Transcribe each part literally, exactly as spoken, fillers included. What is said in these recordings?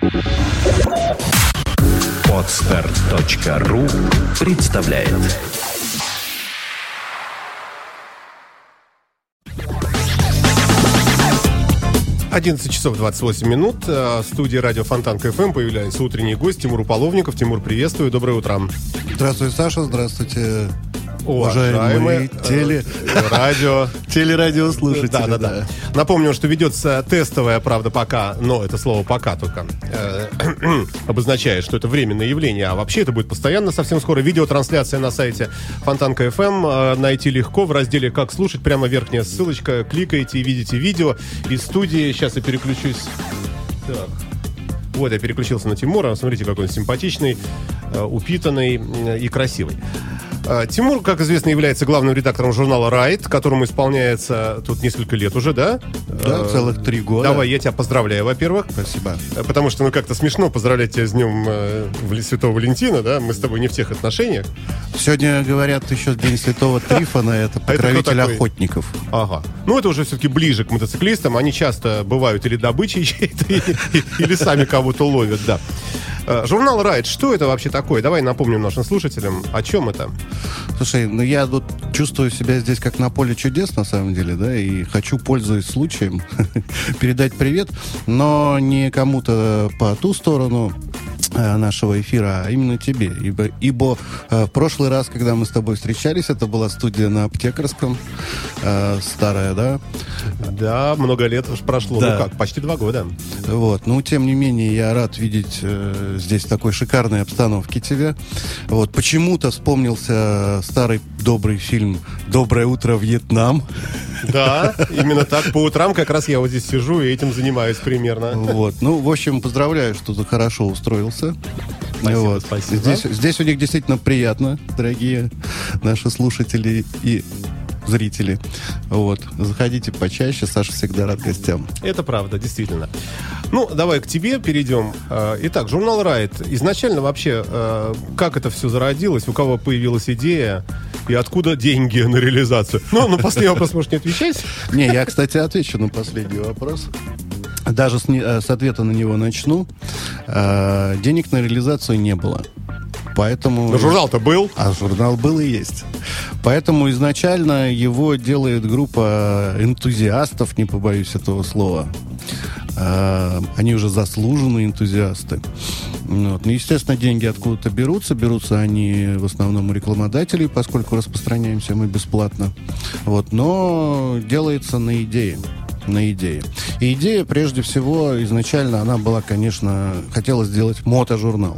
Подстер точка ру представляет. одиннадцать часов двадцать восемь минут. В студии радио Фонтан КФМ появляется утренний гость Тимур Уполовников. Тимур, приветствую, доброе утро. Здравствуй, Саша, здравствуйте, уважаемые теле... радио... телерадиослушатели. Да, да, да. Напомню, что ведется тестовая, правда, пока, но это слово «пока» только э, обозначает, что это временное явление, а вообще это будет постоянно, совсем скоро. Видеотрансляция на сайте Фонтан КФМ. Э, найти легко в разделе «Как слушать», прямо верхняя ссылочка, кликаете и видите видео из студии. Сейчас я переключусь. Так. Вот, я переключился на Тимура. Смотрите, какой он симпатичный, э, упитанный э, и красивый. Тимур, как известно, является главным редактором журнала «Райт», которому исполняется тут несколько лет уже, да? Да, целых три года. Давай, я тебя поздравляю, во-первых. Спасибо. Потому что, ну, как-то смешно поздравлять тебя с днем э, Святого Валентина, да? Мы с тобой не в тех отношениях. Сегодня, говорят, еще День Святого Трифона, это покровитель охотников. Ага. Ну, это уже все-таки ближе к мотоциклистам. Они часто бывают или добычей чьей-то, или сами кого-то ловят, да. Журнал «Райт», что это вообще такое? Давай напомним нашим слушателям, о чем это. Слушай, ну я тут чувствую себя здесь как на поле чудес, на самом деле, да, и хочу, пользуясь случаем, передать привет, но не кому-то по ту сторону нашего эфира, а именно тебе. Ибо, ибо э, в прошлый раз, когда мы с тобой встречались, это была студия на Аптекарском, э, старая, да? Да, много лет уж прошло. Да. Ну как, почти два года. Вот, но тем не менее, я рад видеть э, здесь такой шикарной обстановки тебя. Вот, почему-то вспомнился старый добрый фильм «Доброе утро, Вьетнам». Да, именно так. По утрам как раз я вот здесь сижу и этим занимаюсь примерно. Вот, ну, в общем, поздравляю, что ты хорошо устроился. Спасибо, вот. спасибо. Здесь, здесь у них действительно приятно, дорогие наши слушатели и зрители. Вот. Заходите почаще, Саша всегда рад гостям. Это правда, действительно. Ну, давай к тебе перейдем. Итак, журнал «Райт». Изначально вообще, как это все зародилось? У кого появилась идея? И откуда деньги на реализацию? Ну, на последний вопрос можешь не отвечать. Не, я, кстати, отвечу на последний вопрос. Даже с, не, с ответа на него начну. Денег на реализацию не было. Поэтому... Но журнал-то был. А журнал был и есть. Поэтому изначально его делает группа энтузиастов, не побоюсь этого слова. Они уже заслуженные энтузиасты. Вот. Ну, естественно, деньги откуда-то берутся. Берутся они в основном у рекламодателей, поскольку распространяемся мы бесплатно. Вот. Но делается на идее. на идее. И идея, прежде всего, изначально она была, конечно, хотела сделать мотожурнал.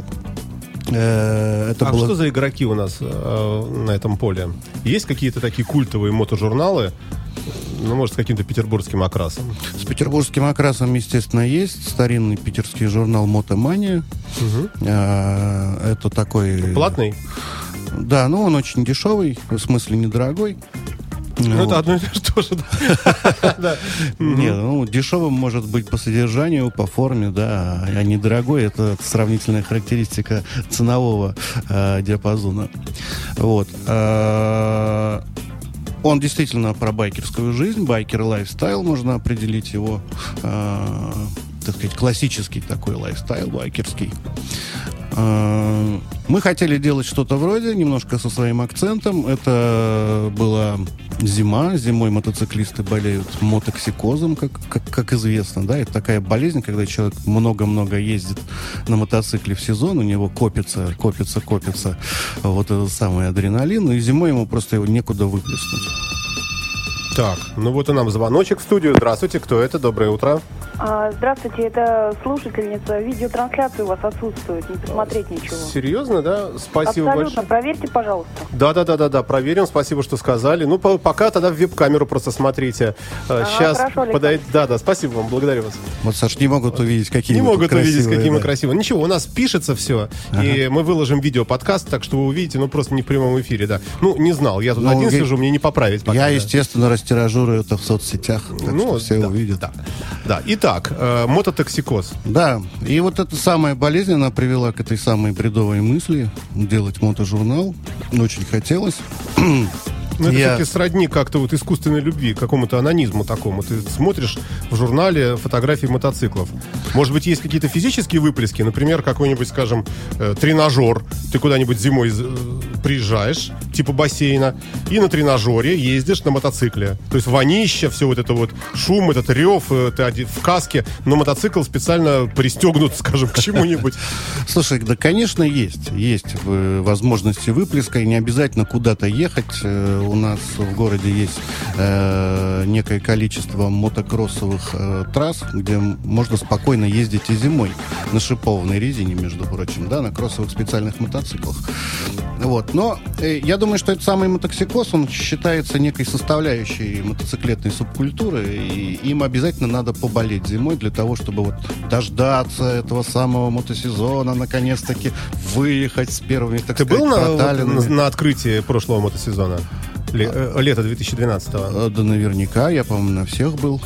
Это а было... что за игроки у нас э, на этом поле? Есть какие-то такие культовые мотожурналы? Ну, может, с каким-то петербургским окрасом? С петербургским окрасом, естественно, есть. Старинный питерский журнал «Мотомания». Угу. А, это такой... Платный? Да, но он очень дешевый, в смысле недорогой. Ну, вот. Это одно и то же, да. Нет, ну, дешевым может быть по содержанию, по форме, да, а недорогой — это сравнительная характеристика ценового э, диапазона. Вот. Э, он действительно про байкерскую жизнь, байкер-лайфстайл, можно определить его, э, так сказать, классический такой лайфстайл байкерский. Мы хотели делать что-то вроде, немножко со своим акцентом. Это была зима. Зимой мотоциклисты болеют мотоксикозом, как, как, как известно. Да? Это такая болезнь, когда человек много-много ездит на мотоцикле в сезон, у него копится, копится, копится вот этот самый адреналин, и зимой ему просто его некуда выплеснуть. Так, ну вот и нам звоночек в студию. Здравствуйте, кто это? Доброе утро. А, здравствуйте, это слушательница. Видеотрансляция у вас отсутствует, не посмотреть ничего. Серьезно, да? Спасибо Абсолютно. большое. Проверьте, пожалуйста. Да-да-да-да, проверим. Спасибо, что сказали. Ну, по- пока тогда в веб-камеру просто смотрите. Ага, сейчас подойдет. Александр. Да-да, спасибо вам, благодарю вас. Вот, Саш, не могут увидеть, какие Не мы могут красивые, увидеть, какие мы да. красивые. Ничего, у нас пишется все, ага. И мы выложим видео-подкаст, так что вы увидите, ну, просто не в прямом эфире, да. Ну, не знал, я тут ну, один ви... сижу, мне не поправить пока. Я, да. естественно, растиражирую это в соцсетях, так ну, что все да, увидят. Да. Да. Итак, э, мототоксикоз. Да, и вот эта самая болезнь, она привела к этой самой бредовой мысли делать мотожурнал. Очень хотелось. Ну, это Я- все-таки сродни как-то вот искусственной любви, какому-то анонизму такому. Ты смотришь в журнале фотографии мотоциклов. Может быть, есть какие-то физические выплески, например, какой-нибудь, скажем, э, тренажер. Ты куда-нибудь зимой э, приезжаешь, типа бассейна, и на тренажере ездишь на мотоцикле. То есть вонища, все вот это вот, шум, этот рев, э, ты один в каске, но мотоцикл специально пристегнут, скажем, к чему-нибудь. Слушай, да, конечно, есть. Есть э, возможности выплеска, и не обязательно куда-то ехать. Э, у нас в городе есть э, некое количество мотокроссовых э, трасс, где м- можно спокойно ездить и зимой на шипованной резине, между прочим, да, на кроссовых специальных мотоциклах. Вот. Но э, я думаю, что этот самый мотоксикоз, он считается некой составляющей мотоциклетной субкультуры, и им обязательно надо поболеть зимой для того, чтобы вот дождаться этого самого мотосезона, наконец-таки выехать с первыми, так Ты сказать, был на, вот, проталинами. на, на открытии прошлого мотосезона? Ле- э, лето две тысячи двенадцатого. Э, Да наверняка, я, по-моему, на всех был.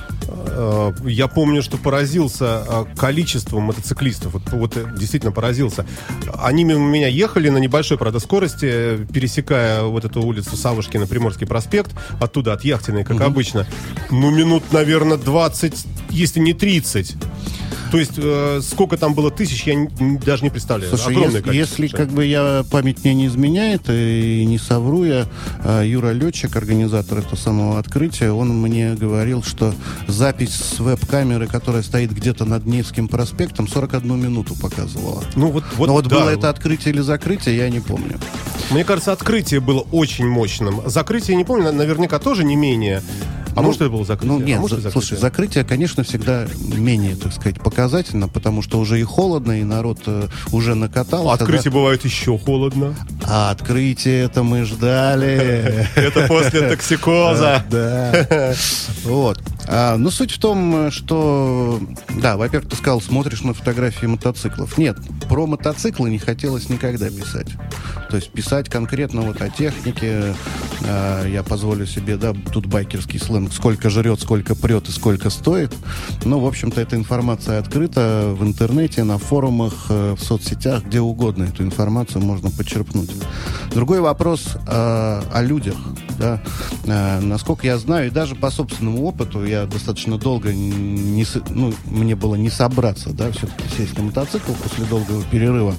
Э, Я помню, что поразился э, количеством мотоциклистов. Вот, вот э, действительно поразился. Они мимо меня ехали на небольшой, правда, скорости, э, пересекая вот эту улицу Савушкина, Приморский проспект, оттуда от Яхтиной, как обычно. Ну, минут, наверное, двадцать, если не тридцать. То есть, э, сколько там было тысяч, я не- даже не представляю. Слушай, Огромное если, количество. если как бы я память мне не изменяет и не совру я, а, Юра Летчик, организатор этого самого открытия, он мне говорил, что запись с веб-камеры, которая стоит где-то над Невским проспектом, сорок одну минуту показывала. Ну, вот, вот, Но вот да. было это открытие или закрытие, я не помню. Мне кажется, открытие было очень мощным. Закрытие, не помню, наверняка тоже не менее. А Ну, может, это было закрытие? Ну, нет, а может, за- и слушай, закрытие, конечно, всегда менее, так сказать, показательно, потому что уже и холодно, и народ э, уже накатался. Открытие бывает еще холодно. да? А открытие это мы ждали. Это после токсикоза. Да. Вот. А, но суть в том, что, да, во-первых, ты сказал, смотришь на фотографии мотоциклов. Нет, про мотоциклы не хотелось никогда писать. То есть писать конкретно вот о технике, а, я позволю себе, да, тут байкерский сленг, сколько жрет, сколько прет и сколько стоит. Ну, в общем-то, эта информация открыта в интернете, на форумах, э, в соцсетях, где угодно эту информацию можно почерпнуть. Другой вопрос а, о людях, да. А, насколько я знаю, и даже по собственному опыту, я достаточно долго не, с- ну, мне было не собраться, да, все-таки сесть на мотоцикл после долгого перерыва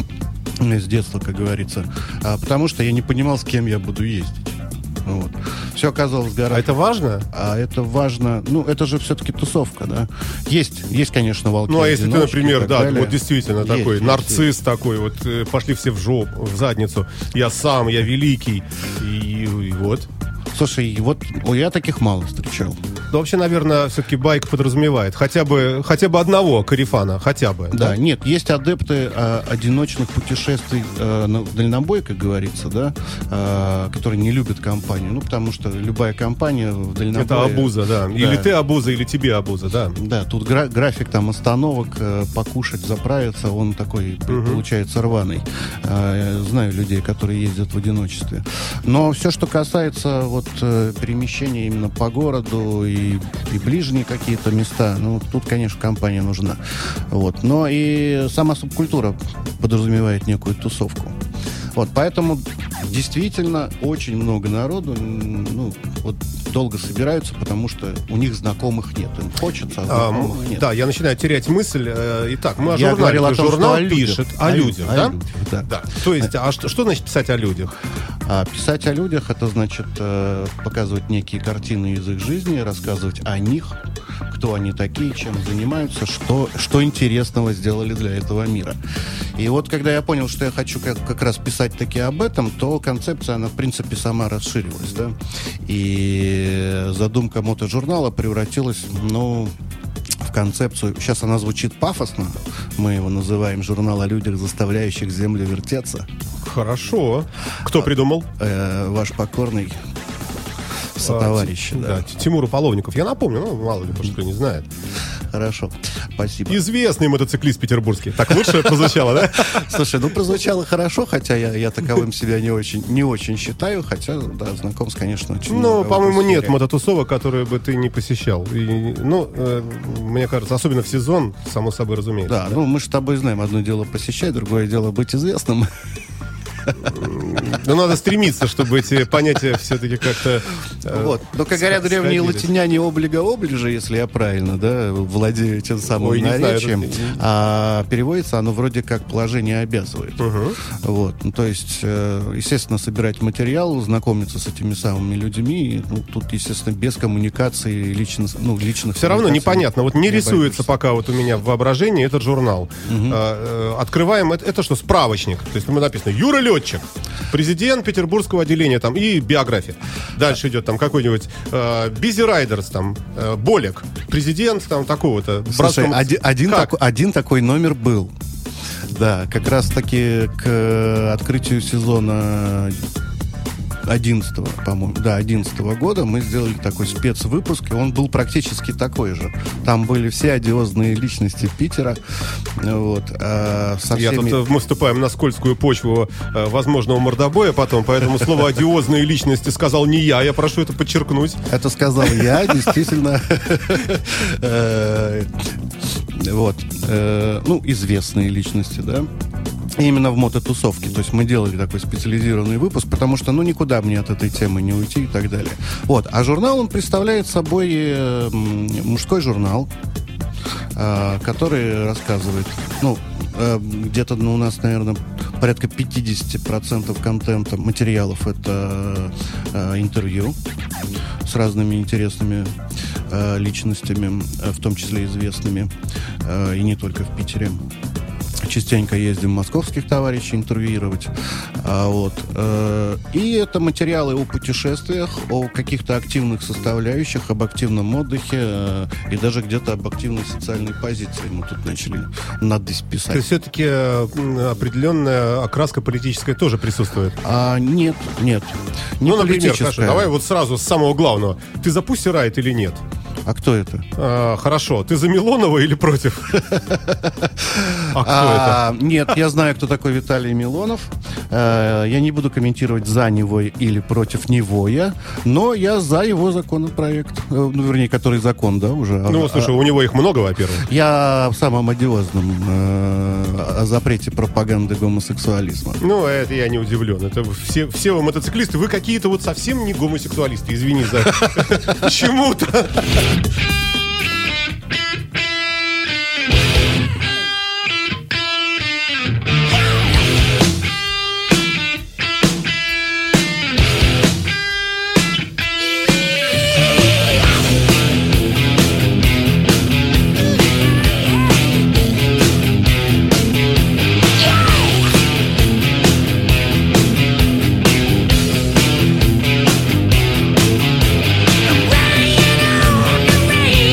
с детства, как говорится, а, потому что я не понимал, с кем я буду ездить. Вот. Все оказалось А гораздо... это важно? А это важно, ну, это же все-таки тусовка, да. Есть, есть, конечно, волки. Ну, а если ты, одиночки и например, так да, далее. вот действительно Есть, такой есть, нарцисс есть. такой, вот э, пошли все в жопу, в задницу. Я сам, я великий. И, и вот. Слушай, вот о, я таких мало встречал. Ну, вообще, наверное, все-таки байк подразумевает хотя бы, хотя бы одного корефана, хотя бы. Да, нет, есть адепты а, одиночных путешествий а, на дальнобой, как говорится, да, а, которые не любят компанию. Ну, потому что любая компания в дальнобое... Это обуза, да. Или ты обуза, или тебе обуза, да. Да, тут гра- график там остановок, э, покушать, заправиться, он такой п- получается рваный. А, я знаю людей, которые ездят в одиночестве. Но все, что касается вот э, перемещения именно по городу и, и ближние какие-то места, ну, тут, конечно, компания нужна. Вот. Но и сама субкультура подразумевает некую тусовку. Вот, поэтому действительно очень много народу, м, ну, вот долго собираются, потому что у них знакомых нет. Им хочется, а А, знакомых м, нет. да, я начинаю терять мысль. Э, Итак, мы о Я журнале. говорил о То есть том, журнал что о людях. пишет о, О лю- людях, о да? людях, да. Да. То есть, а что, что значит писать о людях? А писать о людях — это значит э, показывать некие картины из их жизни, рассказывать о них, кто они такие, чем занимаются, что, что интересного сделали для этого мира. И вот когда я понял, что я хочу как, как раз писать таки об этом, то концепция, она, в принципе, сама расширилась, да. И задумка мотожурнала превратилась, ну, в концепцию. Сейчас она звучит пафосно. Мы его называем «Журнал о людях, заставляющих землю вертеться». Хорошо. Кто придумал? Э, ваш покорный сотоварищ. А, да. да, Тимур Уполовников. Я напомню, ну, мало ли, может, кто не знает. Хорошо, спасибо. Известный мотоциклист петербургский. Так лучше прозвучало, да? Слушай, ну прозвучало хорошо, хотя я, я таковым себя не очень, не очень считаю, хотя, да, знакомств, конечно, очень Ну, много в по-моему, этом нет сфере. мототусовок, которые бы ты не посещал. И, ну, э, мне кажется, особенно в сезон, само собой разумеется. Да, ну мы же с тобой знаем, одно дело посещать, другое дело быть известным. Ну, надо стремиться, чтобы эти понятия все-таки как-то... э, Вот. Но, как говорят сходились. древние латиняне, облиго оближе, если я правильно, да, владею этим самым Ой, не знаю, наречием. это- А переводится оно вроде как положение обязывает. Мгм. Вот. Ну, то есть, э, естественно, собирать материал, знакомиться с этими самыми людьми. Ну, тут, естественно, без коммуникации лично, ну, личных Все равно коммуникаций непонятно. Вот не не рисуется обойдешься. пока вот у меня в воображении этот журнал. А, э, Открываем, это, это что, справочник. То есть там написано Юра Летчик, президент Петербургского отделения там, и биография. Дальше идет там какой-нибудь э, Бизи Райдерс, там, э, Болек, президент там такого-то. Слушай, братском- один, один, Как? тако- один такой номер был. Да, как раз-таки к э, открытию сезона одиннадцатого, по-моему, да, одиннадцатого года мы сделали такой спецвыпуск, и он был практически такой же. Там были все одиозные личности Питера. Вот, а со Я всеми- тут, э, мы вступаем на скользкую почву э, возможного мордобоя потом, поэтому слово «одиозные личности» сказал не я, я прошу это подчеркнуть. Это сказал я, действительно. Э, Вот. э, Ну, известные личности, да. Именно в мототусовке. То есть мы делали такой специализированный выпуск, потому что, ну, никуда мне от этой темы не уйти и так далее. Вот. А журнал, он представляет собой э, м, мужской журнал, э, который рассказывает, ну, э, где-то ну, у нас, наверное, порядка пятьдесят процентов контента, материалов это э, интервью с разными интересными э, личностями, э, в том числе известными, э, и не только в Питере. Частенько ездим московских товарищей интервьюировать. А, вот. э, И это материалы о путешествиях, о каких-то активных составляющих, об активном отдыхе э, и даже где-то об активной социальной позиции. Мы тут начали надпись То писать. есть все-таки э, определенная окраска политическая тоже присутствует. А, нет, нет. Не Ну, например, политическая. Саша, давай вот сразу с самого главного. Ты за Пусси Райт или нет? А кто это? А, хорошо. Ты за Милонова или против? А кто это? А, Нет, я знаю, кто такой Виталий Милонов. Э, Я не буду комментировать, за него или против него я, но я за его законопроект. Э, Ну, вернее, который закон, да, уже. Ну, А- слушай, у него их много, во-первых. Я в самом одиозном э, о запрете пропаганды гомосексуализма. Ну, это я не удивлен. Это все, все вы мотоциклисты, вы какие-то вот совсем не гомосексуалисты. Извини за почему-то. Rain on the rain.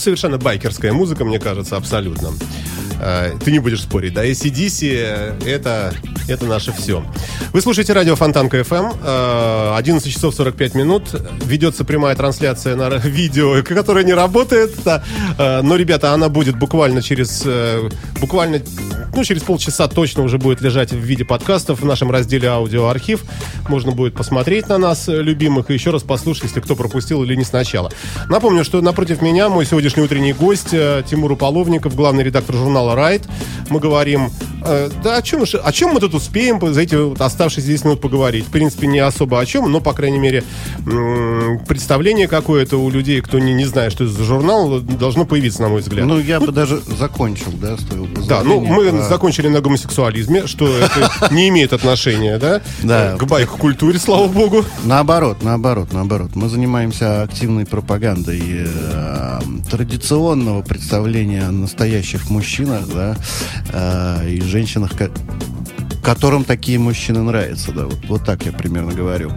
совершенно байкерская музыка, мне кажется, абсолютно. Ты не будешь спорить, да? эй си ди си это, это наше все. Вы слушаете радио Фонтанка эф эм. одиннадцать часов сорок пять минут. Ведется прямая трансляция на видео, которая не работает. Да. Но, ребята, она будет буквально через буквально, ну, через полчаса точно уже будет лежать в виде подкастов в нашем разделе аудиоархив. Можно будет посмотреть на нас, любимых, и еще раз послушать, если кто пропустил или не сначала. Напомню, что напротив меня мой сегодняшний утренний гость Тимур Уполовников, главный редактор журнала «Райт». Мы говорим, э, да о чем, о чем мы тут успеем за эти вот оставшиеся десять минут поговорить. В принципе, не особо о чем, но, по крайней мере, м- представление какое-то у людей, кто не, не знает, что это за журнал, должно появиться, на мой взгляд. Ну, я ну, бы даже закончил, да, с твоего позволения. Да, ну, мы про... закончили на гомосексуализме, что это не имеет отношения, да, к байк-культуре, слава богу. Наоборот, наоборот, наоборот. Мы занимаемся активной пропагандой э, традиционного представления о настоящих мужчинах, да, э, и женщинах, ко- которым такие мужчины нравятся, да, вот, вот так я примерно говорю.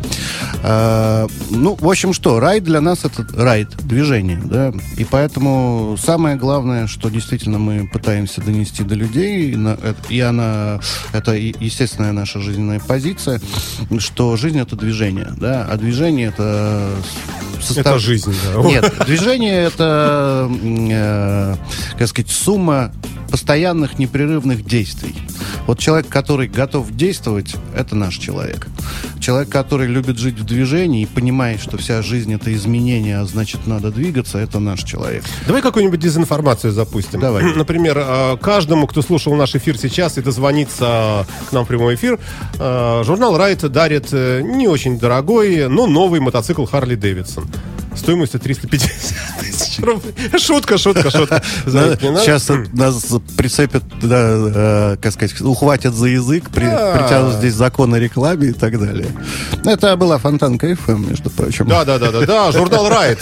Э, ну, в общем, что, райд для нас это райд, движение, да, и поэтому самое главное, что действительно мы пытаемся донести до людей, и она, это естественная наша жизненная позиция, что жизнь это движение, да, а движение это состав... Это жизнь, да. Нет, движение это, э, как сказать, сумма постоянных непрерывных действий. Вот человек, который готов действовать, это наш человек. Человек, который любит жить в движении и понимает, что вся жизнь это изменение, а значит надо двигаться, это наш человек. Давай какую-нибудь дезинформацию запустим. Давай. Например, каждому, кто слушал наш эфир сейчас и дозвонится к нам в прямой эфир, журнал «Райт» дарит не очень дорогой, но новый мотоцикл «Харли Дэвидсон». Стоимостью триста пятьдесят тысяч рублей. Шутка, шутка, шутка. Сейчас нас прицепят, да, как сказать, ухватят за язык, притянут здесь закон о рекламе и так далее. Это была Фонтанка эф эм, между прочим. Да, да, да, да, да, журнал «Райт»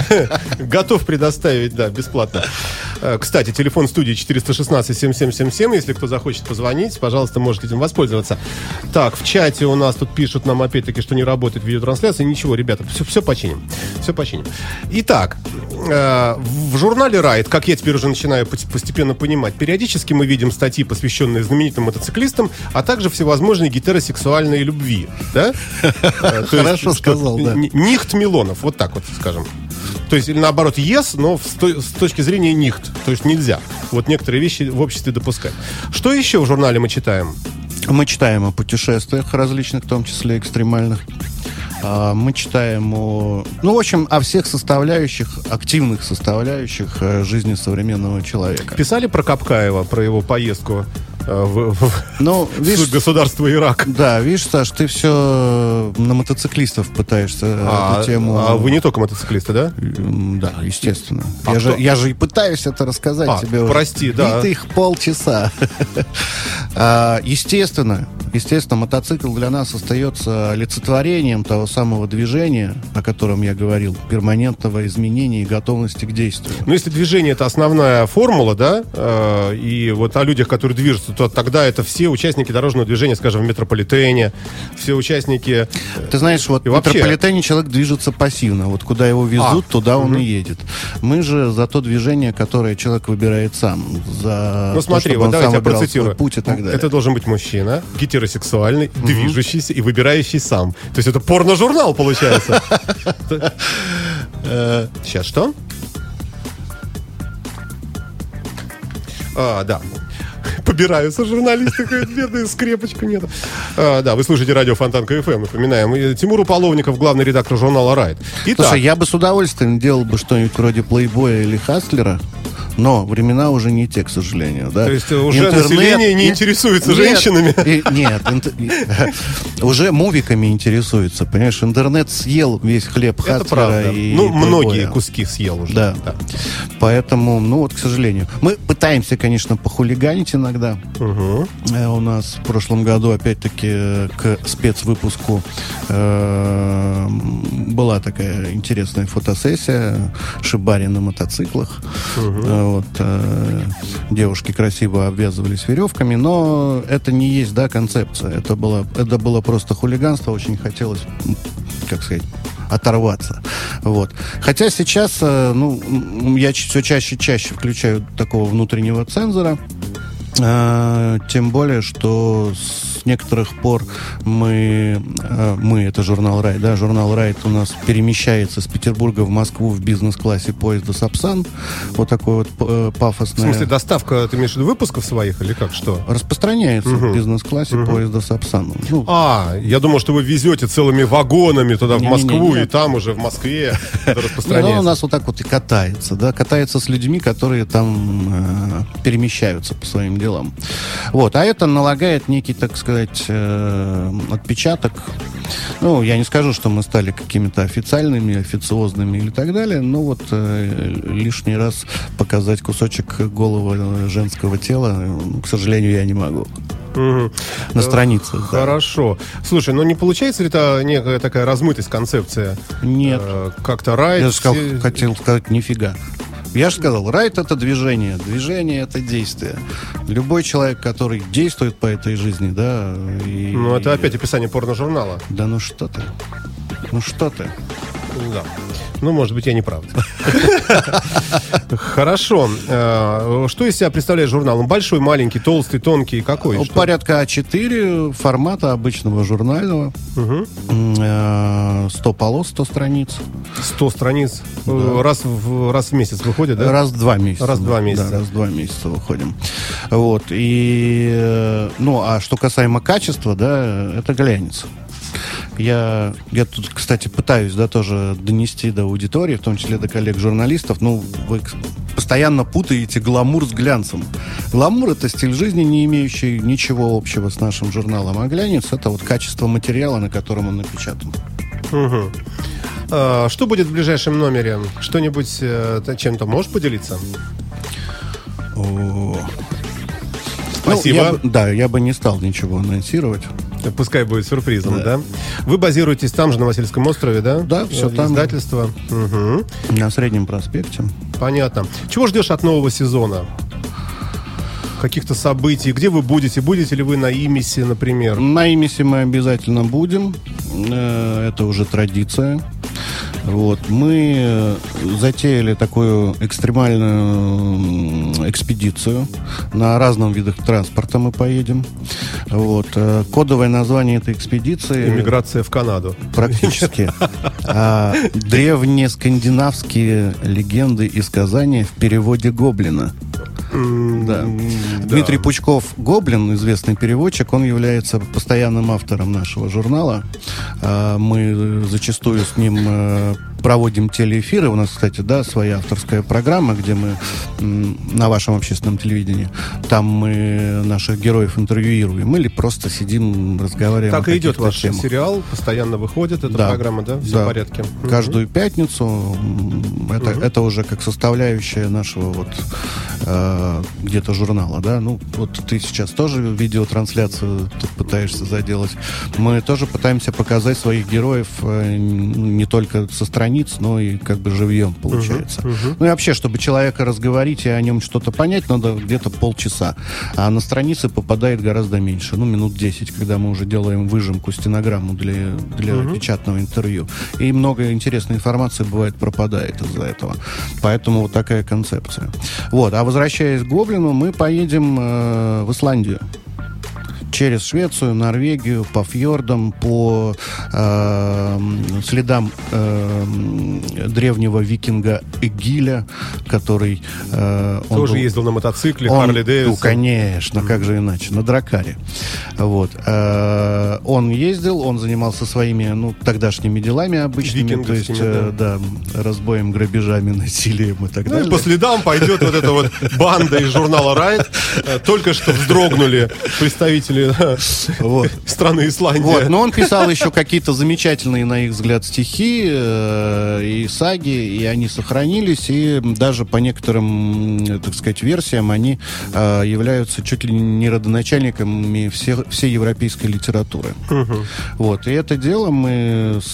готов предоставить, да, бесплатно. Кстати, телефон студии четыреста шестнадцать семь семь семь семь. Если кто захочет позвонить, пожалуйста, можете этим воспользоваться. Так, в чате у нас тут пишут нам опять-таки, что не работает видеотрансляция. Ничего, ребята, все, все починим. Все починим. Итак, э, в журнале «Райт», как я теперь уже начинаю постепенно понимать, периодически мы видим статьи, посвященные знаменитым мотоциклистам, а также всевозможной гетеросексуальной любви. Да? Хорошо сказал, да. Нихт Милонов, вот так вот скажем. То есть, или наоборот, yes, но с, той, с точки зрения нихт. То есть нельзя. Вот некоторые вещи в обществе допускать. Что еще в журнале мы читаем? Мы читаем о путешествиях различных, в том числе экстремальных. Мы читаем о, ну, в общем, о всех составляющих, активных составляющих жизни современного человека. Писали про Капкаева, про его поездку в, в, ну, видишь, в государство Ирак? Да, видишь, Саш, ты все на мотоциклистов пытаешься а, эту тему... А вы не только мотоциклисты, да? Да, естественно. А я, же, я же и пытаюсь это рассказать а, тебе. Прости, уже. да. Битых полчаса. Естественно, естественно, мотоцикл для нас остается олицетворением того самого движения, о котором я говорил, перманентного изменения и готовности к действию. Ну, если движение — это основная формула, да, э, и вот о людях, которые движутся, то тогда это все участники дорожного движения, скажем, в метрополитене, все участники... Ты знаешь, вот в вообще... метрополитене человек движется пассивно, вот куда его везут, а, туда он угу. и едет. Мы же за то движение, которое человек выбирает сам, за ну, то, смотри, чтобы вот он давайте сам я процитирую. Путь и так далее. Это должен быть мужчина, гетеросексуальный, угу. движущийся и выбирающий сам. То есть это порно-журнал, получается. Сейчас, что? А, да. Побираются журналисты, какая-то бедная скрепочка нету. А, да, вы слушаете радио Фонтанка эф эм, напоминаем. Тимур Уполовников, главный редактор журнала «Райт». Итак, слушай, я бы с удовольствием делал бы что-нибудь вроде «Плейбоя» или «Хастлера», но времена уже не те, к сожалению. Да? То есть уже интернет, население не интересуется нет, женщинами? И, нет, интер... уже мувиками интересуется. Понимаешь, интернет съел весь хлеб Хастлера и Ну, и многие куски съел уже. Да. да. Поэтому, ну вот, к сожалению. Мы пытаемся, конечно, похулиганить иногда. Угу. У нас в прошлом году, опять-таки, к спецвыпуску э, была такая интересная фотосессия шибари на мотоциклах. Угу. Вот, э, девушки красиво обвязывались веревками, но это не есть, да, концепция. Это было, это было просто хулиганство. Очень хотелось, как сказать, оторваться. Вот. Хотя сейчас, э, ну, я ч- все чаще и чаще включаю такого внутреннего цензора, э, тем более, что с некоторых пор мы, э, мы, это журнал «Райт», да, журнал «Райт» у нас перемещается с Петербурга в Москву в бизнес-классе поезда «Сапсан». Вот такой вот э, пафосный. В смысле, доставка, ты имеешь в виду выпусков своих или как, что? Распространяется Угу. в бизнес-классе Угу. поезда «Сапсан». Ну, А, я думал, что вы везете целыми вагонами туда, в Не-не-не, Москву, нет. и там уже в Москве это не, ну, распространяется. у нас вот так вот и катается, да, катается с людьми, которые там э, перемещаются по своим делам. Вот, а это налагает некий, так сказать, э, отпечаток. Ну, я не скажу, что мы стали какими-то официальными, официозными или так далее, но вот э, лишний раз показать кусочек головы женского тела, э, к сожалению, я не могу. Мгм. На Э, страницах, да. Хорошо. Слушай, ну не получается ли это некая такая размытость концепция? Нет. Э, Как-то райт... Я же сказал, все- хотел сказать, нифига. Я же сказал, райт — это движение, движение — это действие. Любой человек, который действует по этой жизни, да... И... Ну, это опять описание порножурнала. Да ну что ты? Ну что ты? Да. Ну, может быть, я не прав. Хорошо. Э, Что из себя представляет журнал? Он большой, маленький, толстый, тонкий, какой? Ну, Что? порядка а четыре формата обычного журнального. Мгм. М, э, сто полос, сто страниц. сто страниц. Э, Раз в, раз в месяц выходит, да? Раз в два месяца. Раз в два месяца. Да, раз в два месяца выходим. Вот. И, э, ну, а что касаемо качества, да, это глянец. Я, я тут, кстати, пытаюсь, да, тоже донести до аудитории, в том числе до коллег-журналистов. Ну, вы к- постоянно путаете гламур с глянцем. Гламур — это стиль жизни, не имеющий ничего общего с нашим журналом. А глянец — это вот качество материала, на котором он напечатан. Мгм. А, Что будет в ближайшем номере? Что-нибудь э, ты чем-то можешь поделиться? О. Спасибо. Ну, я бы- да, я бы не стал ничего анонсировать. Пускай будет сюрпризом, да. Да. Вы базируетесь там же, на Васильевском острове, да? Да, всё Э, там. Издательство. Мгм. На Среднем проспекте. Понятно. Чего ждешь от нового сезона? Каких-то событий? Где вы будете? Будете ли вы на Имисе, например? На Имисе мы обязательно будем. Э, Это уже традиция. Вот. Мы э, затеяли такую экстремальную м, экспедицию. На разном видах транспорта мы поедем. Вот. Э, Кодовое название этой экспедиции... Иммиграция в Канаду. Практически. А, древнескандинавские легенды и сказания в переводе Гоблина. М, Да. да. Дмитрий Пучков, Гоблин, известный переводчик, он является постоянным автором нашего журнала. А, Мы зачастую с ним э, проводим телеэфиры. У нас, кстати, да, своя авторская программа, где мы м, на вашем общественном телевидении, там мы наших героев интервьюируем или просто сидим, разговариваем. Так о и идет каких-то ваш темах. сериал, постоянно выходит эта Да. программа, да? Все Да. в порядке. Мгм. Каждую пятницу м, это, Мгм. это уже как составляющая нашего вот э, где-то журнала, да. Ну, вот ты сейчас тоже видеотрансляцию тут пытаешься заделать. Мы тоже пытаемся показать своих героев э, не только со страниц, но и как бы живьем получается. Мгм, мгм. Ну и вообще, чтобы человека разговорить и о нем что-то понять, надо где-то полчаса. А на страницы попадает гораздо меньше. Ну, минут десять, когда мы уже делаем выжимку, стенограмму для, для Мгм. печатного интервью. И много интересной информации бывает пропадает из-за этого. Поэтому вот такая концепция. Вот. А возвращаясь к Гоблину, мы поедем э, в Исландию. Через Швецию, Норвегию, по фьордам, по э, следам э, древнего викинга Эгиля, который... э, он Тоже был- ездил на мотоцикле, он- Харли Дэвидсон. Ну, конечно, как же иначе, на дракаре. Вот. Э, Он ездил, он занимался своими, ну, тогдашними делами обычными, то есть, Викинговскими, э, да, разбоем, грабежами, насилием и так Ну и далее. по следам пойдет вот эта вот банда из журнала «Райт». Э, Только что вздрогнули представители э, Вот. страны Исландия. Вот, но он писал еще какие-то замечательные, на их взгляд, стихи э, и саги, и они сохранились, и даже по некоторым, м, так сказать, версиям они э, являются чуть ли не родоначальниками всех, всей европейской литературы. Мгм. Вот, и это дело мы с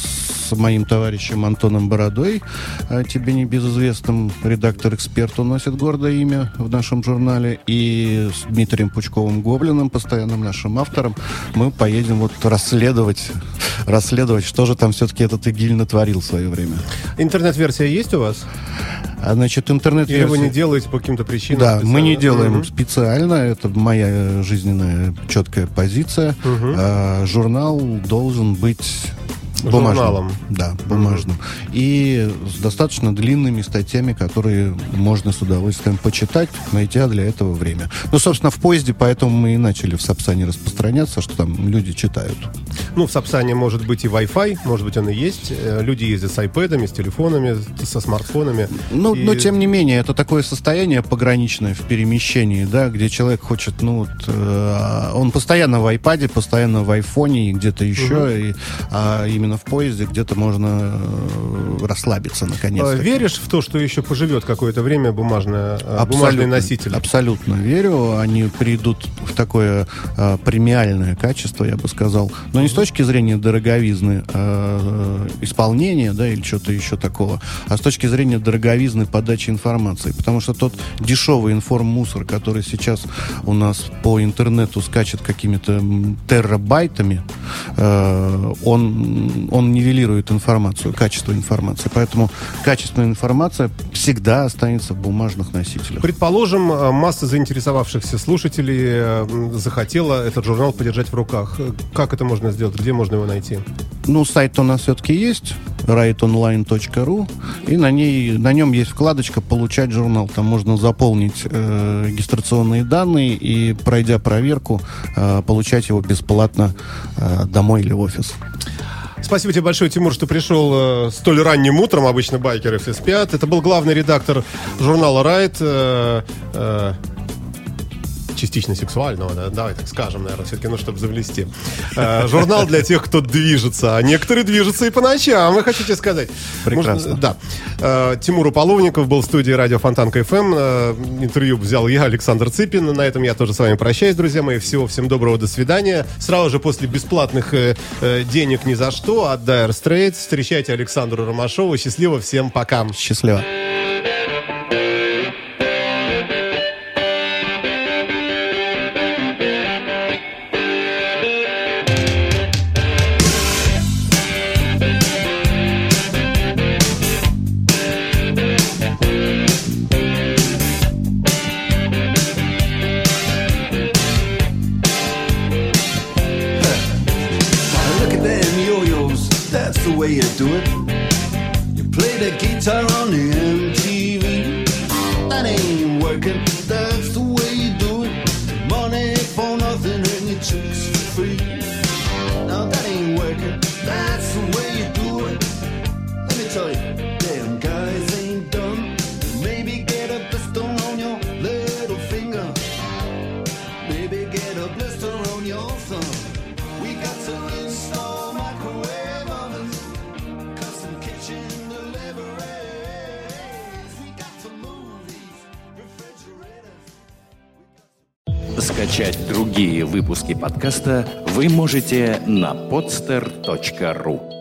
с моим товарищем Антоном Бородой, тебе небезызвестным, редактор-эксперт, он носит гордое имя в нашем журнале, и с Дмитрием Пучковым-Гоблиным, постоянным нашим автором, мы поедем вот расследовать, расследовать, что же там все-таки этот ИГИЛь натворил в свое время. Интернет-версия есть у вас? А, значит, интернет-версия... Или вы не делаете по каким-то причинам? Да, специально? мы не делаем mm-hmm. специально, это моя жизненная четкая позиция. Mm-hmm. А, журнал должен быть... бумажным. Журналом. Да, бумажным. Mm-hmm. И с достаточно длинными статьями, которые можно с удовольствием почитать, найдя для этого время. Ну, собственно, в поезде, поэтому мы и начали в Сапсане распространяться, что там люди читают. Ну, в Сапсане может быть и Wi-Fi, может быть, он и есть. Люди ездят с айпэдами, с телефонами, со смартфонами. Ну, и... но тем не менее, это такое состояние пограничное в перемещении, да, где человек хочет, ну, вот, э, он постоянно в айпаде, постоянно в айфоне и где-то еще, mm-hmm. и, а именно в поезде где-то можно э, расслабиться наконец-то. Веришь в то, что еще поживет какое-то время бумажное, бумажный носитель? Абсолютно верю. Они придут в такое э, премиальное качество, я бы сказал. Но не с точки зрения дороговизны э, исполнения, да, или что-то еще такого, а с точки зрения дороговизны подачи информации. Потому что тот дешевый информмусор, который сейчас у нас по интернету скачет какими-то терабайтами, э, он, он нивелирует информацию, качество информации. Поэтому качественная информация всегда останется в бумажных носителях. Предположим, масса заинтересовавшихся слушателей захотела этот журнал подержать в руках. Как это можно сделать? Где можно его найти? Ну, сайт у нас все-таки есть, райт онлайн точка ру, и на, ней, на нем есть вкладочка «Получать журнал». Там можно заполнить э, регистрационные данные и, пройдя проверку, э, получать его бесплатно э, домой или в офис. Спасибо тебе большое, Тимур, что пришел э, столь ранним утром. Обычно байкеры все спят. Это был главный редактор журнала «Райт». Э, э, частично сексуального, да? Давай так скажем, наверное, все-таки, ну, чтобы завлести. Э, журнал для тех, кто движется. А некоторые движутся и по ночам, вы хотите сказать. Прекрасно. Может, да. Э, Тимур Половников был в студии радио Фонтанка эф эм. Э, интервью взял я, Александр Цыпин. На этом я тоже с вами прощаюсь, друзья мои. Всего всем доброго, до свидания. Сразу же после бесплатных э, э, денег ни за что от Dire Straits встречайте Александру Ромашову. Счастливо всем, пока. Счастливо. You do it. You play the guitar on the M T V. That ain't working. That's the way you do it. Money for nothing and your chicks for free. Now that ain't working. That's the way you do it. Let me tell you, damn guys ain't dumb. Maybe get a blister on your little finger. Maybe get a blister on your thumb. We got to install microwave ovens. Скачать другие выпуски подкаста вы можете на podster точка ру.